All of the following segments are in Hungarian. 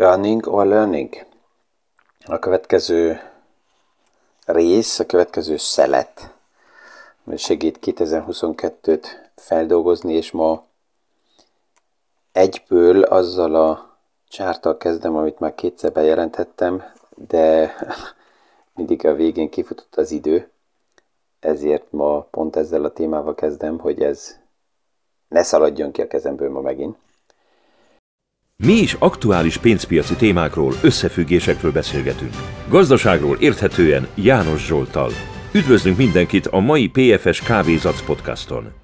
Earning or learning? A következő rész, a következő szelet, ami segít 2022-t feldolgozni, és ma egyből azzal a csárttal kezdem, amit már kétszer bejelentettem, de mindig a végén kifutott az idő, ezért ma pont ezzel a témával kezdem, hogy ez ne szaladjon ki a kezemből ma megint. Mi is aktuális pénzpiaci témákról, összefüggésekről beszélgetünk. Gazdaságról érthetően János Zsolttal. Üdvözlünk mindenkit a mai PFS Kávézac podcaston.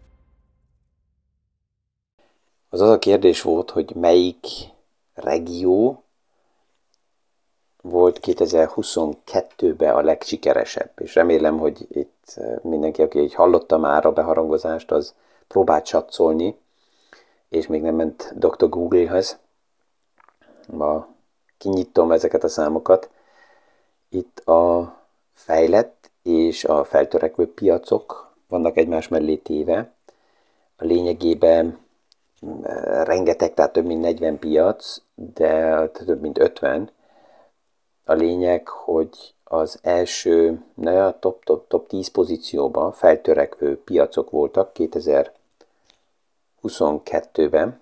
Az a kérdés volt, hogy melyik regió volt 2022-ben a legsikeresebb. És remélem, hogy itt mindenki, aki így hallotta már a beharangozást, az próbált satszolni, és még nem ment Dr. Google-hez. Ma kinyitom ezeket a számokat. Itt a fejlett és a feltörekvő piacok vannak egymás mellé téve. A lényegében rengeteg, tehát több mint 40 piac, de több mint 50. A lényeg, hogy az első, a top 10 pozícióban feltörekvő piacok voltak 2022-ben.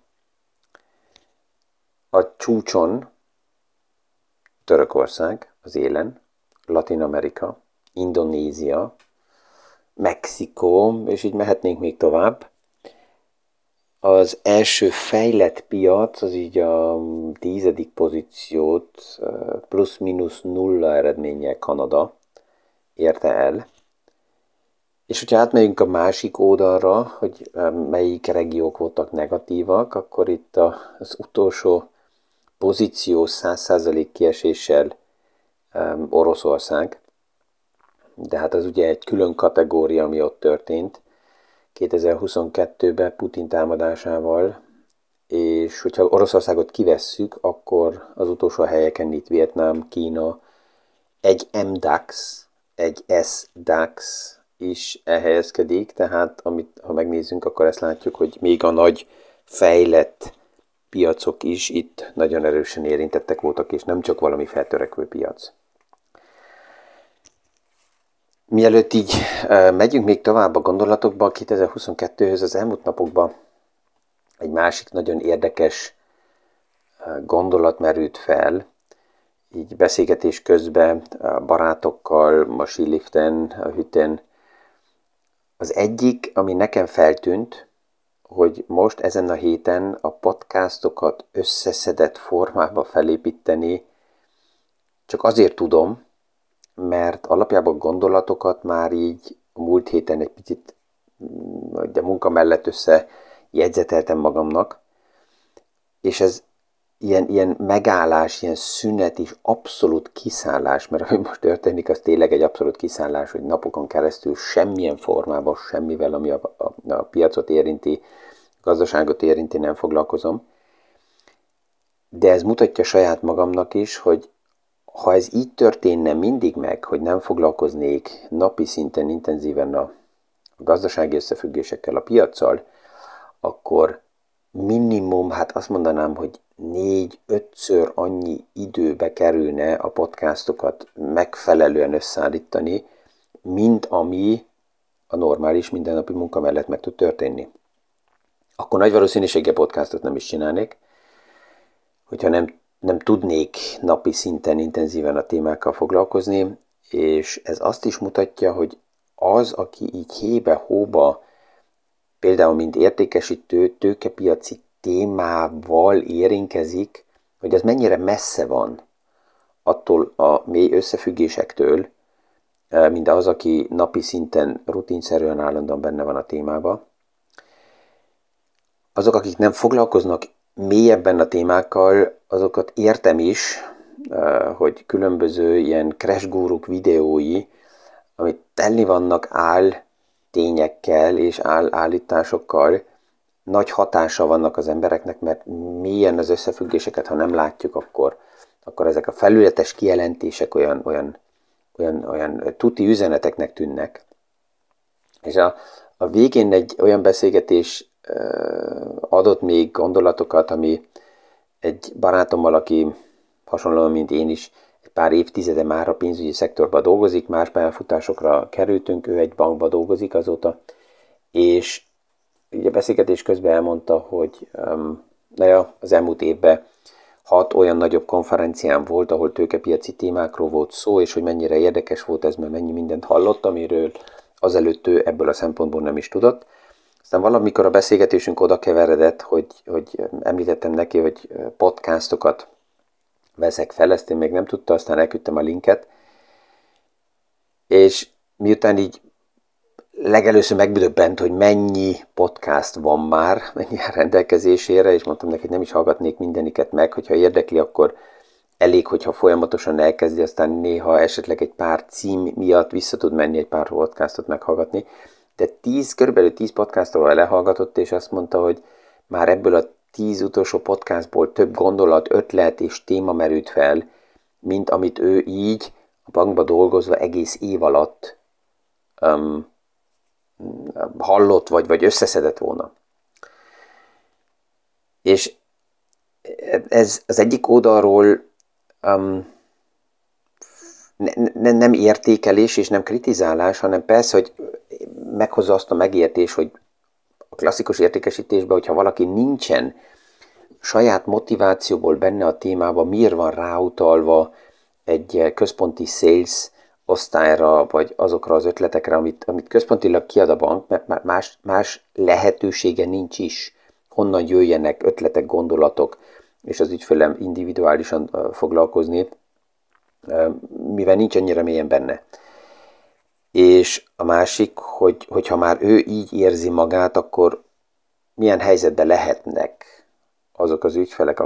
A csúcson Törökország az élen, Latin Amerika, Indonézia, Mexikó, és így mehetnénk még tovább. Az első fejlett piac, az így a 10. pozíciót plusz-minusz nulla eredménnyel Kanada érte el. És hogyha átmegyünk a másik oldalra, hogy melyik regiók voltak negatívak, akkor itt az utolsó pozíció 100% kieséssel Oroszország. De hát az ugye egy külön kategória, ami ott történt 2022-ben Putin támadásával, és hogyha Oroszországot kivesszük, akkor az utolsó helyeken itt Vietnám, Kína, egy MDAX, egy SDAX is elhelyezkedik, tehát ha megnézzünk, akkor ezt látjuk, hogy még a nagy fejlett piacok is itt nagyon erősen érintettek voltak, és nem csak valami feltörekvő piac. Mielőtt így megyünk még tovább a gondolatokba, 2022-höz az elmúlt napokban egy másik nagyon érdekes gondolat merült fel, így beszélgetés közben a barátokkal, a síliften, a hüten. Az egyik, ami nekem feltűnt, hogy most ezen a héten a podcastokat összeszedett formába felépíteni csak azért tudom, mert alapjában gondolatokat már így a múlt héten egy picit a munka mellett összejegyzeteltem magamnak, és ez ilyen megállás, ilyen szünet és abszolút kiszállás, mert ahogy most történik, az tényleg egy abszolút kiszállás, hogy napokon keresztül semmilyen formában, semmivel, ami a piacot érinti, gazdaságot érinti, nem foglalkozom. De ez mutatja saját magamnak is, hogy ha ez így történne mindig meg, hogy nem foglalkoznék napi szinten intenzíven a gazdasági összefüggésekkel, a piaccal, akkor minimum, hát azt mondanám, hogy 4-5-ször annyi időbe kerülne a podcastokat megfelelően összeállítani, mint ami a normális mindennapi munka mellett meg tud történni. Akkor nagy valószínűséggel podcastot nem is csinálnék, hogyha nem tudnék napi szinten intenzíven a témákkal foglalkozni, és ez azt is mutatja, hogy az, aki így hébe-hóba, például mint értékesítő, tőkepiaci témával érinkezik, hogy az mennyire messze van attól a mély összefüggésektől, mint az, aki napi szinten rutinszerűen állandóan benne van a témában. Azok, akik nem foglalkoznak mélyebben a témákkal, azokat értem is, hogy különböző ilyen crash guruk videói, amit telni vannak tényekkel és állításokkal, nagy hatása vannak az embereknek, mert mélyen az összefüggéseket, ha nem látjuk, akkor ezek a felületes kijelentések olyan tuti üzeneteknek tűnnek. És a végén egy olyan beszélgetés adott még gondolatokat, ami egy barátommal, aki hasonlóan, mint én is, egy pár évtizede már a pénzügyi szektorban dolgozik, más pályafutásokra kerültünk, ő egy bankba dolgozik azóta, és ugye beszélgetés közben elmondta, hogy az elmúlt évben 6 olyan nagyobb konferencián volt, ahol tőkepiaci témákról volt szó, és hogy mennyire érdekes volt ez, mert mennyi mindent hallott, amiről azelőtt ő ebből a szempontból nem is tudott. Aztán valamikor a beszélgetésünk oda keveredett, hogy említettem neki, hogy podcastokat veszek fel, ezt én még nem tudta, aztán elküldtem a linket, és miután így legelőször megdöbbent, hogy mennyi podcast van már, mennyi rendelkezésére, és mondtam neki, hogy nem is hallgatnék mindeniket meg, hogyha érdekli, akkor elég, hogyha folyamatosan elkezdi, aztán néha esetleg egy pár cím miatt vissza tud menni egy pár podcastot meghallgatni. De körülbelül 10 podcastról lehallgatott, és azt mondta, hogy már ebből a 10 utolsó podcastból több gondolat, ötlet és téma merült fel, mint amit ő így a bankba dolgozva egész év alatt hallott, vagy összeszedett volna. És ez az egyik oldalról nem értékelés és nem kritizálás, hanem persze, hogy meghozza azt a megértés, hogy a klasszikus értékesítésben, hogyha valaki nincsen saját motivációból benne a témában, miért van ráutalva egy központi sales osztályra, vagy azokra az ötletekre, amit központilag kiad a bank, mert már más lehetősége nincs is, honnan jöjjenek ötletek, gondolatok, és az ügyfelem individuálisan foglalkozni, mivel nincs annyira mélyen benne. És a másik, hogyha már ő így érzi magát, akkor milyen helyzetben lehetnek azok az ügyfelek,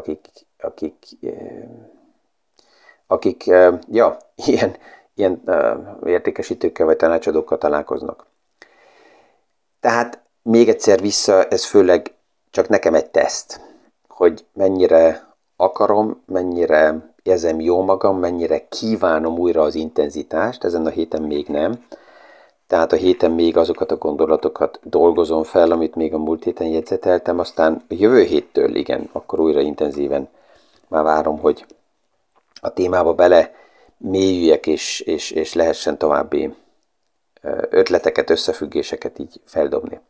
akik ilyen értékesítőkkel vagy tanácsadókkal találkoznak. Tehát még egyszer vissza, ez főleg csak nekem egy teszt, hogy mennyire akarom, mennyire érzem jó magam, mennyire kívánom újra az intenzitást, ezen a héten még nem. Tehát a héten még azokat a gondolatokat dolgozom fel, amit még a múlt héten jegyzeteltem, aztán a jövő héttől, igen, akkor újra intenzíven már várom, hogy a témába bele mélyüljek, és lehessen további ötleteket, összefüggéseket így feldobni.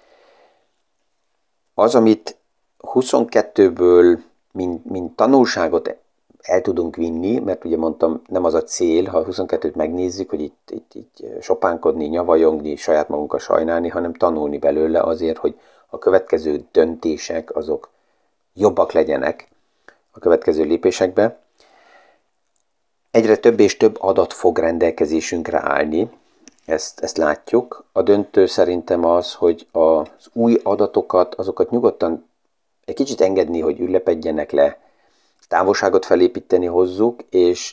Az, amit 22-ből mint tanulságot el tudunk vinni, mert ugye mondtam, nem az a cél, ha 22-t megnézzük, hogy itt sopánkodni, nyavajogni, saját magunkat sajnálni, hanem tanulni belőle azért, hogy a következő döntések azok jobbak legyenek a következő lépésekbe. Egyre több és több adat fog rendelkezésünkre állni, ezt látjuk. A döntő szerintem az, hogy az új adatokat, azokat nyugodtan egy kicsit engedni, hogy ülepedjenek le, távolságot felépíteni hozzuk, és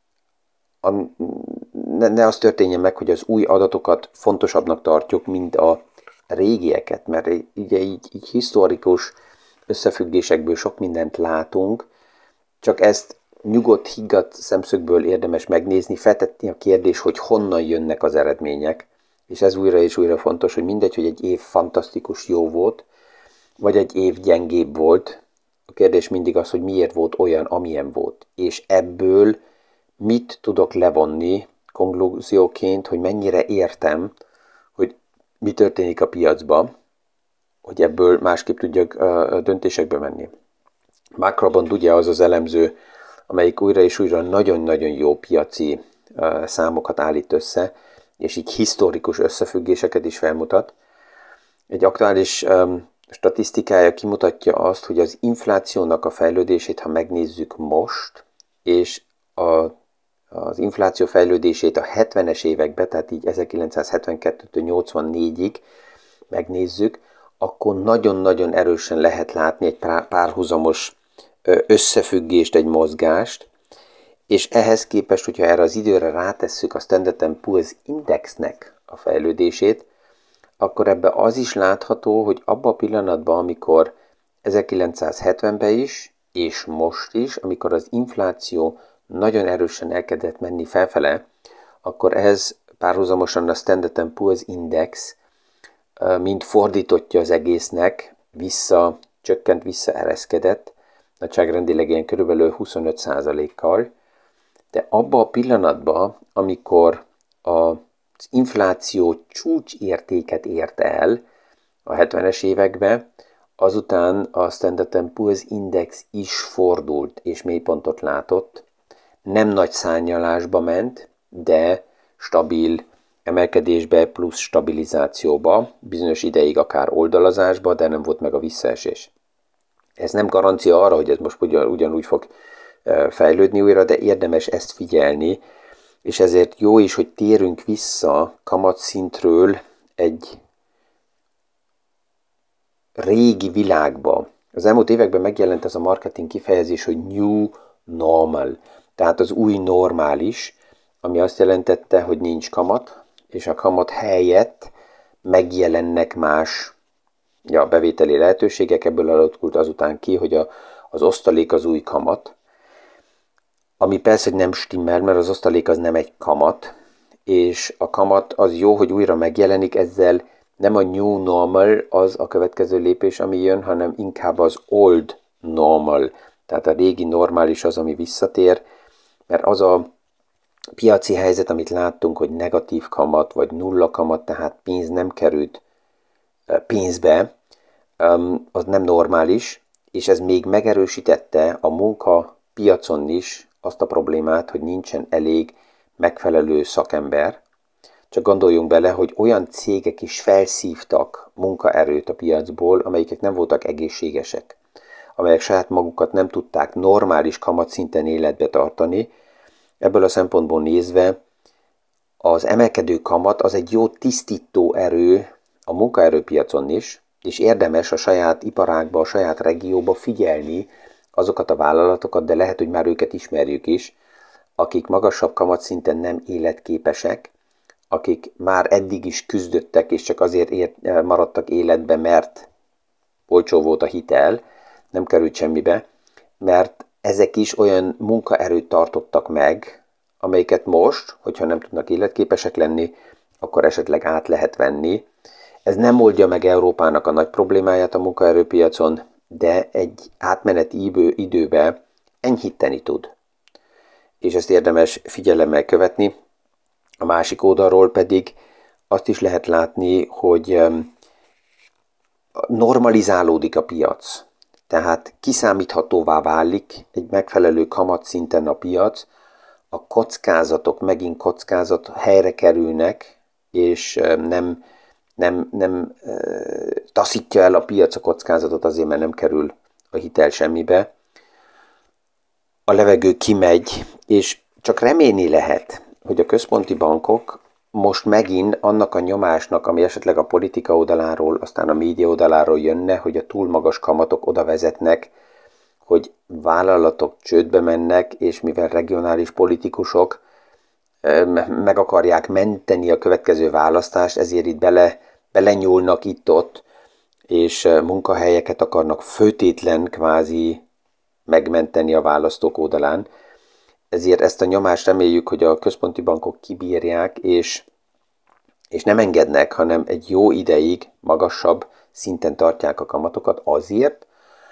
ne az történjen meg, hogy az új adatokat fontosabbnak tartjuk, mint a régieket, mert ugye így historikus összefüggésekből sok mindent látunk, csak ezt nyugodt, higgadt szemszögből érdemes megnézni, feltetni a kérdés, hogy honnan jönnek az eredmények, és ez újra és újra fontos, hogy mindegy, hogy egy év fantasztikus jó volt, vagy egy év gyengébb volt, a kérdés mindig az, hogy miért volt olyan, amilyen volt, és ebből mit tudok levonni konklúzióként, hogy mennyire értem, hogy mi történik a piacban, hogy ebből másképp tudjak döntésekbe menni. Mark Robond ugye az az elemző, amelyik újra és újra nagyon-nagyon jó piaci számokat állít össze, és így historikus összefüggéseket is felmutat. Egy aktuális statisztikája kimutatja azt, hogy az inflációnak a fejlődését, ha megnézzük most, és az infláció fejlődését a 70-es években, tehát így 1972-től 84-ig megnézzük, akkor nagyon-nagyon erősen lehet látni egy párhuzamos összefüggést, egy mozgást, és ehhez képest, hogyha erre az időre rátesszük a Standard & Poor's Indexnek a fejlődését, akkor ebbe az is látható, hogy abban a pillanatban, amikor 1970-ben is, és most is, amikor az infláció nagyon erősen elkezdett menni felfele, akkor ez párhuzamosan a Standard & Poor's Index mint fordítottja az egésznek, visszacsökkent, visszaereszkedett, nagyságrendileg ilyen körülbelül 25%-kal, de abban a pillanatban, amikor az infláció csúcsértéket ért el a 70-es években, azután a Standard & Poor's Index is fordult és mélypontot látott. Nem nagy szárnyalásba ment, de stabil emelkedésbe plusz stabilizációba, bizonyos ideig akár oldalazásba, de nem volt meg a visszaesés. Ez nem garancia arra, hogy ez most ugyanúgy fog fejlődni újra, de érdemes ezt figyelni, és ezért jó is, hogy térünk vissza kamatszintről egy régi világba. Az elmúlt években megjelent ez a marketing kifejezés, hogy new normal, tehát az új normális, ami azt jelentette, hogy nincs kamat, és a kamat helyett megjelennek más bevételi lehetőségek, ebből alakult azután ki, hogy az osztalék az új kamat, ami persze, hogy nem stimmel, mert az osztalék az nem egy kamat, és a kamat az jó, hogy újra megjelenik, ezzel nem a new normal az a következő lépés, ami jön, hanem inkább az old normal, tehát a régi normális az, ami visszatér, mert az a piaci helyzet, amit láttunk, hogy negatív kamat, vagy nulla kamat, tehát pénz nem került pénzbe, az nem normális, és ez még megerősítette a munkapiacon is azt a problémát, hogy nincsen elég megfelelő szakember. Csak gondoljunk bele, hogy olyan cégek is felszívtak munkaerőt a piacból, amelyek nem voltak egészségesek, amelyek saját magukat nem tudták normális kamatszinten életbe tartani. Ebből a szempontból nézve az emelkedő kamat az egy jó tisztító erő a munkaerőpiacon is, és érdemes a saját iparágba, a saját regióba figyelni azokat a vállalatokat, de lehet, hogy már őket ismerjük is, akik magasabb kamatszinten nem életképesek, akik már eddig is küzdöttek, és csak azért maradtak életbe, mert olcsó volt a hitel, nem került semmibe, mert ezek is olyan munkaerőt tartottak meg, amelyiket most, hogyha nem tudnak életképesek lenni, akkor esetleg át lehet venni. Ez nem oldja meg Európának a nagy problémáját a munkaerőpiacon, de egy átmeneti időben enyhíteni tud. És ezt érdemes figyelemmel követni. A másik oldalról pedig azt is lehet látni, hogy normalizálódik a piac. Tehát kiszámíthatóvá válik egy megfelelő kamatszinten a piac, a kockázatok megint kockázat helyre kerülnek, és nem taszítja el a piac a kockázatot azért, mert nem kerül a hitel semmibe. A levegő kimegy, és csak remélni lehet, hogy a központi bankok most megint annak a nyomásnak, ami esetleg a politika oldaláról, aztán a média oldaláról jönne, hogy a túl magas kamatok oda vezetnek, hogy vállalatok csődbe mennek, és mivel regionális politikusok meg akarják menteni a következő választást, ezért itt belenyúlnak itt-ott, és munkahelyeket akarnak főtétlen kvázi megmenteni a választók oldalán. Ezért ezt a nyomást reméljük, hogy a központi bankok kibírják, és nem engednek, hanem egy jó ideig magasabb szinten tartják a kamatokat azért,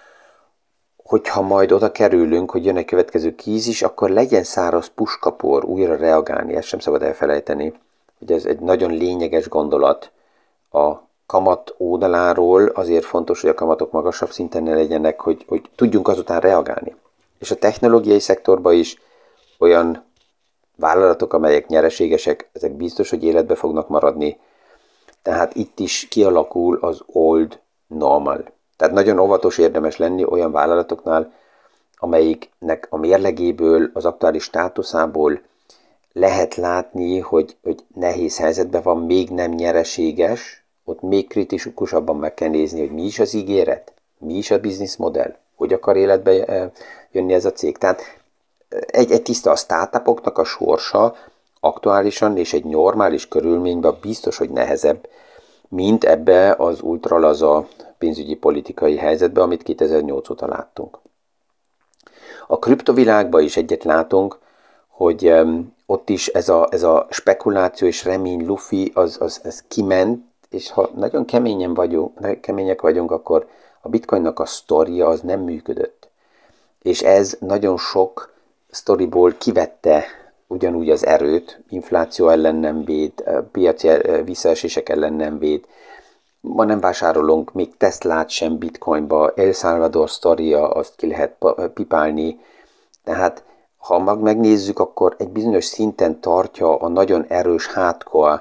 hogyha majd oda kerülünk, hogy jön egy következő krízis, akkor legyen száraz puskapor újra reagálni. Ezt sem szabad elfelejteni, hogy ez egy nagyon lényeges gondolat. A kamat oldaláról azért fontos, hogy a kamatok magasabb szinten ne legyenek, hogy tudjunk azután reagálni. És a technológiai szektorban is olyan vállalatok, amelyek nyereségesek, ezek biztos, hogy életbe fognak maradni. Tehát itt is kialakul az old normal. Tehát nagyon óvatos érdemes lenni olyan vállalatoknál, amelyiknek a mérlegéből, az aktuális státuszából lehet látni, hogy nehéz helyzetben van, még nem nyereséges, ott még kritikusabban meg kell nézni, hogy mi is az ígéret, mi is a bizniszmodell, hogy akar életbe jönni ez a cég. Tehát egy tiszta a startupoknak a sorsa aktuálisan és egy normális körülményben biztos, hogy nehezebb, mint ebbe az ultralaza pénzügyi politikai helyzetbe, amit 2008 óta láttunk. A kriptovilágban is egyet látunk, hogy ott is ez a spekuláció és remény lufi, az kiment, és ha nagyon kemények vagyunk, akkor a bitcoinnak a sztoria az nem működött. és ez nagyon sok sztoriból kivette ugyanúgy az erőt, infláció ellen nem véd, piaci visszaesések ellen nem véd. Ma nem vásárolunk még Teslát sem bitcoinba, El Salvador sztoria, azt ki lehet pipálni. Tehát ha megnézzük, akkor egy bizonyos szinten tartja a nagyon erős hardcore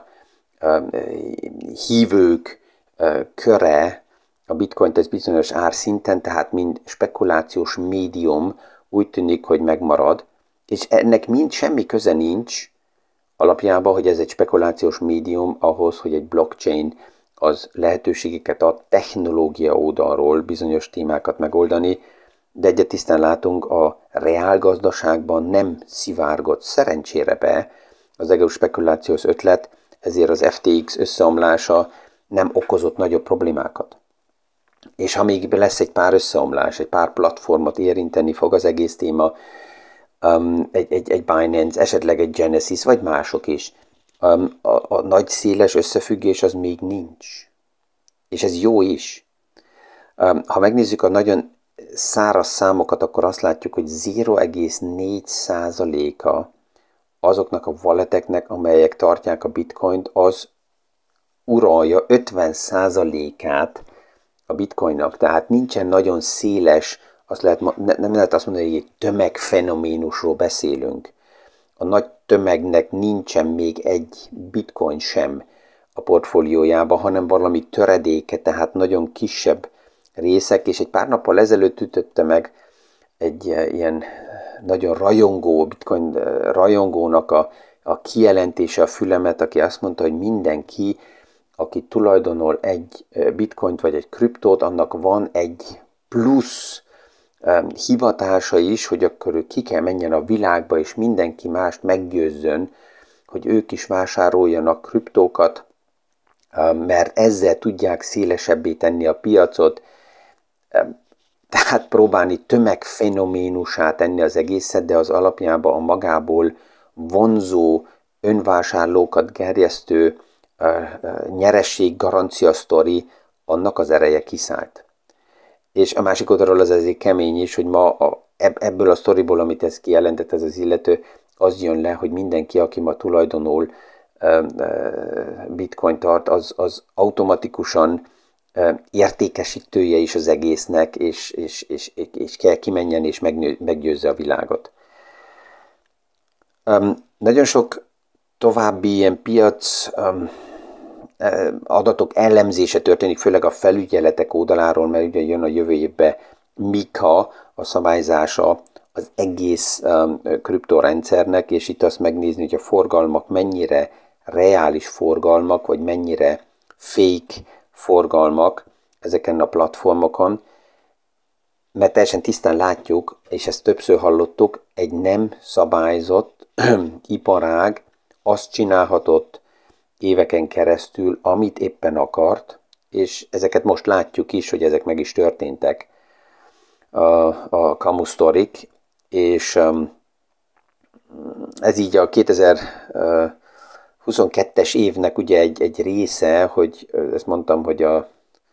hívők köre a bitcoint ez bizonyos árszinten, tehát mind spekulációs médium úgy tűnik, hogy megmarad, és ennek mind semmi köze nincs alapjában, hogy ez egy spekulációs médium ahhoz, hogy egy blockchain az lehetőségeket ad technológia oldalról bizonyos témákat megoldani, de egyet tisztán látunk, a reál gazdaságban nem szivárgott szerencsére be az egész spekulációs ötlet, ezért az FTX összeomlása nem okozott nagyobb problémákat. És ha még lesz egy pár összeomlás, egy pár platformot érinteni fog az egész téma, egy Binance, esetleg egy Genesis, vagy mások is, a nagy széles összefüggés az még nincs. És ez jó is. Ha megnézzük a nagyon száraz számokat, akkor azt látjuk, hogy 0,4%-a azoknak a walleteknek, amelyek tartják a bitcoint, az uralja 50%-át a bitcoinnak. Tehát nincsen nagyon széles, nem lehet azt mondani, hogy egy tömegfenoménusról beszélünk. A nagy tömegnek nincsen még egy bitcoin sem a portfóliójában, hanem valami töredéke, tehát nagyon kisebb részek, és egy pár nappal ezelőtt ütötte meg egy ilyen nagyon rajongó, bitcoin rajongónak a kijelentése a fülemet, aki azt mondta, hogy mindenki, aki tulajdonol egy bitcoint vagy egy kriptót, annak van egy plusz hivatása is, hogy akkor ő ki kell menjen a világba, és mindenki mást meggyőzzön, hogy ők is vásároljanak kriptókat, mert ezzel tudják szélesebbé tenni a piacot, tehát próbálni tömegfenoménusá tenni az egészet, de az alapjában a magából vonzó, önvásárlókat gerjesztő nyerességgarancia sztori, annak az ereje kiszállt. És a másik oldalról az ezért kemény is, hogy ma ebből a sztoriból, amit ez kijelentett ez az illető, az jön le, hogy mindenki, aki ma tulajdonol bitcoin tart, az automatikusan értékesítője is az egésznek, és kell kimenjen és meggyőzze a világot. Nagyon sok további ilyen piac adatok elemzése történik, főleg a felügyeletek oldaláról, mert ugye jön a jövő évben MiCA, a szabályzása az egész kriptorendszernek, és itt azt megnézni, hogy a forgalmak mennyire reális forgalmak, vagy mennyire fake forgalmak ezeken a platformokon, mert teljesen tisztán látjuk, és ezt többször hallottuk, egy nem szabályzott iparág azt csinálhatott éveken keresztül, amit éppen akart, és ezeket most látjuk is, hogy ezek meg is történtek, a kamusztorik, és ez így a 2022-es évnek ugye egy része, hogy ezt mondtam, hogy a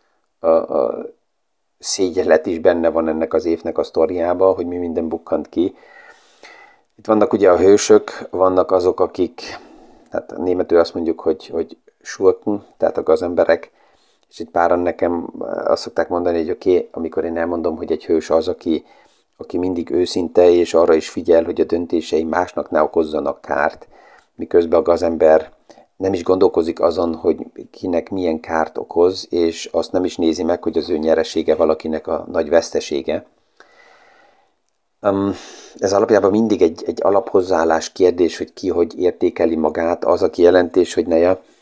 szégyenlet is benne van ennek az évnek a sztoriában, hogy mi minden bukkant ki. Itt vannak ugye a hősök, vannak azok, akik, hát németül azt mondjuk, hogy Schurken, tehát a gazemberek, és egy páran nekem azt szokták mondani, hogy oké, amikor én elmondom, hogy egy hős az, aki mindig őszinte, és arra is figyel, hogy a döntései másnak ne okozzanak kárt, miközben a gazember nem is gondolkozik azon, hogy kinek milyen kárt okoz, és azt nem is nézi meg, hogy az ő nyeresége valakinek a nagy vesztesége. Ez alapjában mindig egy alaphozzáállás kérdés, hogy ki hogy értékeli magát. Az a kijelentés, hogy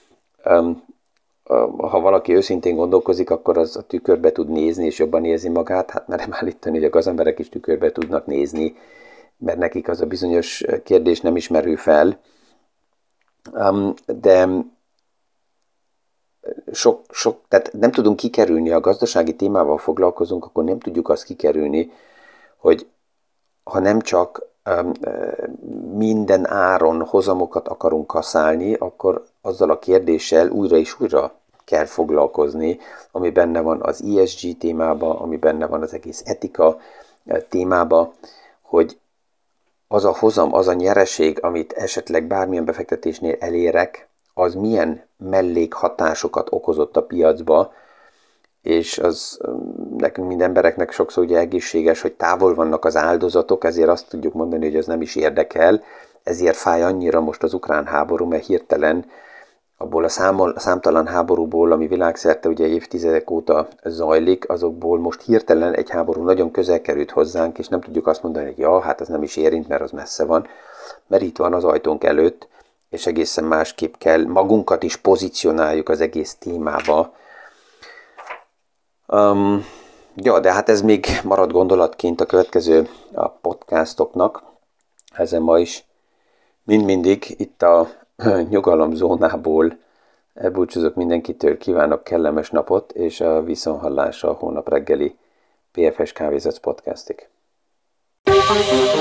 ha valaki őszintén gondolkozik, akkor az a tükörbe tud nézni, és jobban érzi magát. Hát merem állítani, hogy a gazemberek is tükörbe tudnak nézni, mert nekik az a bizonyos kérdés nem ismerül fel. De tehát nem tudunk kikerülni, ha a gazdasági témával foglalkozunk, akkor nem tudjuk azt kikerülni, hogy ha nem csak minden áron hozamokat akarunk kaszálni, akkor azzal a kérdéssel újra és újra kell foglalkozni, ami benne van az ESG témában, ami benne van az egész etika, témába, hogy az a hozam, az a nyereség, amit esetleg bármilyen befektetésnél elérek, az milyen mellékhatásokat okozott a piacba, és az nekünk, mind embereknek sokszor ugye egészséges, hogy távol vannak az áldozatok, ezért azt tudjuk mondani, hogy ez nem is érdekel, ezért fáj annyira most az ukrán háború, mert hirtelen abból a számtalan háborúból, ami világszerte ugye évtizedek óta zajlik, azokból most hirtelen egy háború nagyon közel került hozzánk, és nem tudjuk azt mondani, hogy ja, hát ez nem is érint, mert az messze van, mert itt van az ajtónk előtt, és egészen másképp kell magunkat is pozícionáljuk az egész témába. Ja, de hát ez még marad gondolatként a következő podcastoknak. Ezen ma is mind mindig itt a nyugalomzónából elbúcsúzok mindenkitől, kívánok kellemes napot, és a viszonthallásra a hónap reggeli PFS Kávézac podcastig.